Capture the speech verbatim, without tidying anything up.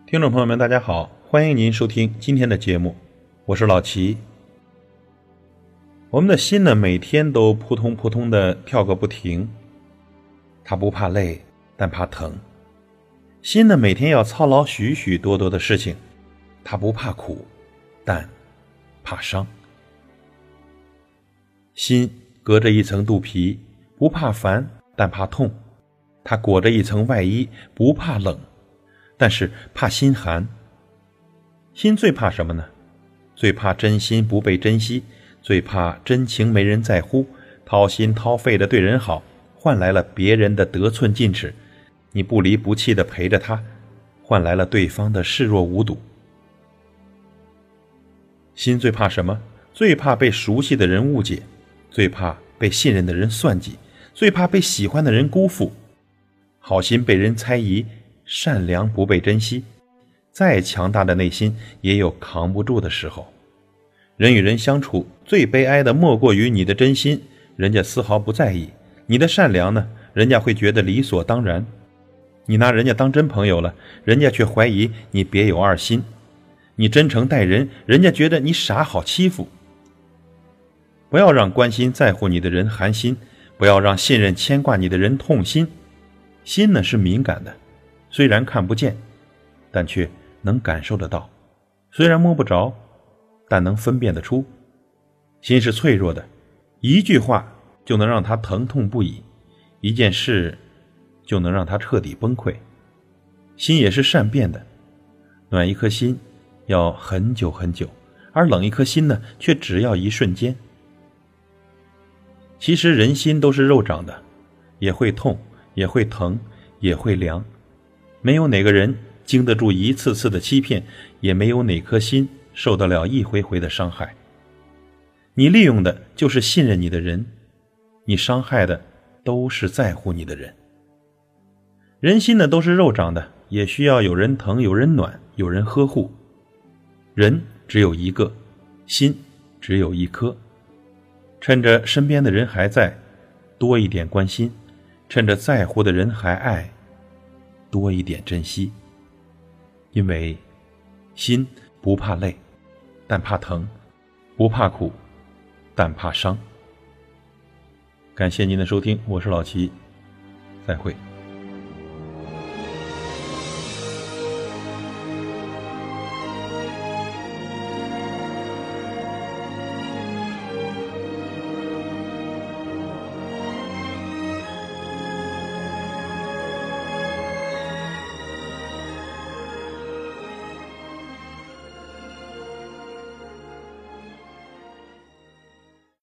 听众朋友们大家好，欢迎您收听今天的节目，我是老齐。我们的心呢，每天都扑通扑通的跳个不停，它不怕累，但怕疼。心呢，每天要操劳许许多多的事情，它不怕苦，但怕伤。心隔着一层肚皮，不怕烦，但怕痛。它裹着一层外衣，不怕冷，但是怕心寒。心最怕什么呢？最怕真心不被珍惜，最怕真情没人在乎，掏心掏肺的对人好，换来了别人的得寸进尺，你不离不弃的陪着他，换来了对方的视若无睹。心最怕什么？最怕被熟悉的人误解，最怕被信任的人算计，最怕被喜欢的人辜负。好心被人猜疑，善良不被珍惜，再强大的内心也有扛不住的时候。人与人相处，最悲哀的莫过于你的真心，人家丝毫不在意；你的善良呢，人家会觉得理所当然。你拿人家当真朋友了，人家却怀疑你别有二心；你真诚待人，人家觉得你傻好欺负。不要让关心在乎你的人寒心，不要让信任牵挂你的人痛心。心呢是敏感的，虽然看不见，但却能感受得到；虽然摸不着，但能分辨得出。心是脆弱的，一句话就能让它疼痛不已，一件事就能让它彻底崩溃。心也是善变的，暖一颗心要很久很久，而冷一颗心呢，却只要一瞬间。其实人心都是肉长的，也会痛，也会疼，也会凉。没有哪个人经得住一次次的欺骗，也没有哪颗心受得了一回回的伤害。你利用的就是信任你的人，你伤害的都是在乎你的人。人心呢都是肉长的，也需要有人疼，有人暖，有人呵护。人只有一个，心只有一颗。趁着身边的人还在，多一点关心；趁着在乎的人还爱，多一点珍惜。因为心不怕累，但怕疼；不怕苦，但怕伤。感谢您的收听，我是老齐，再会。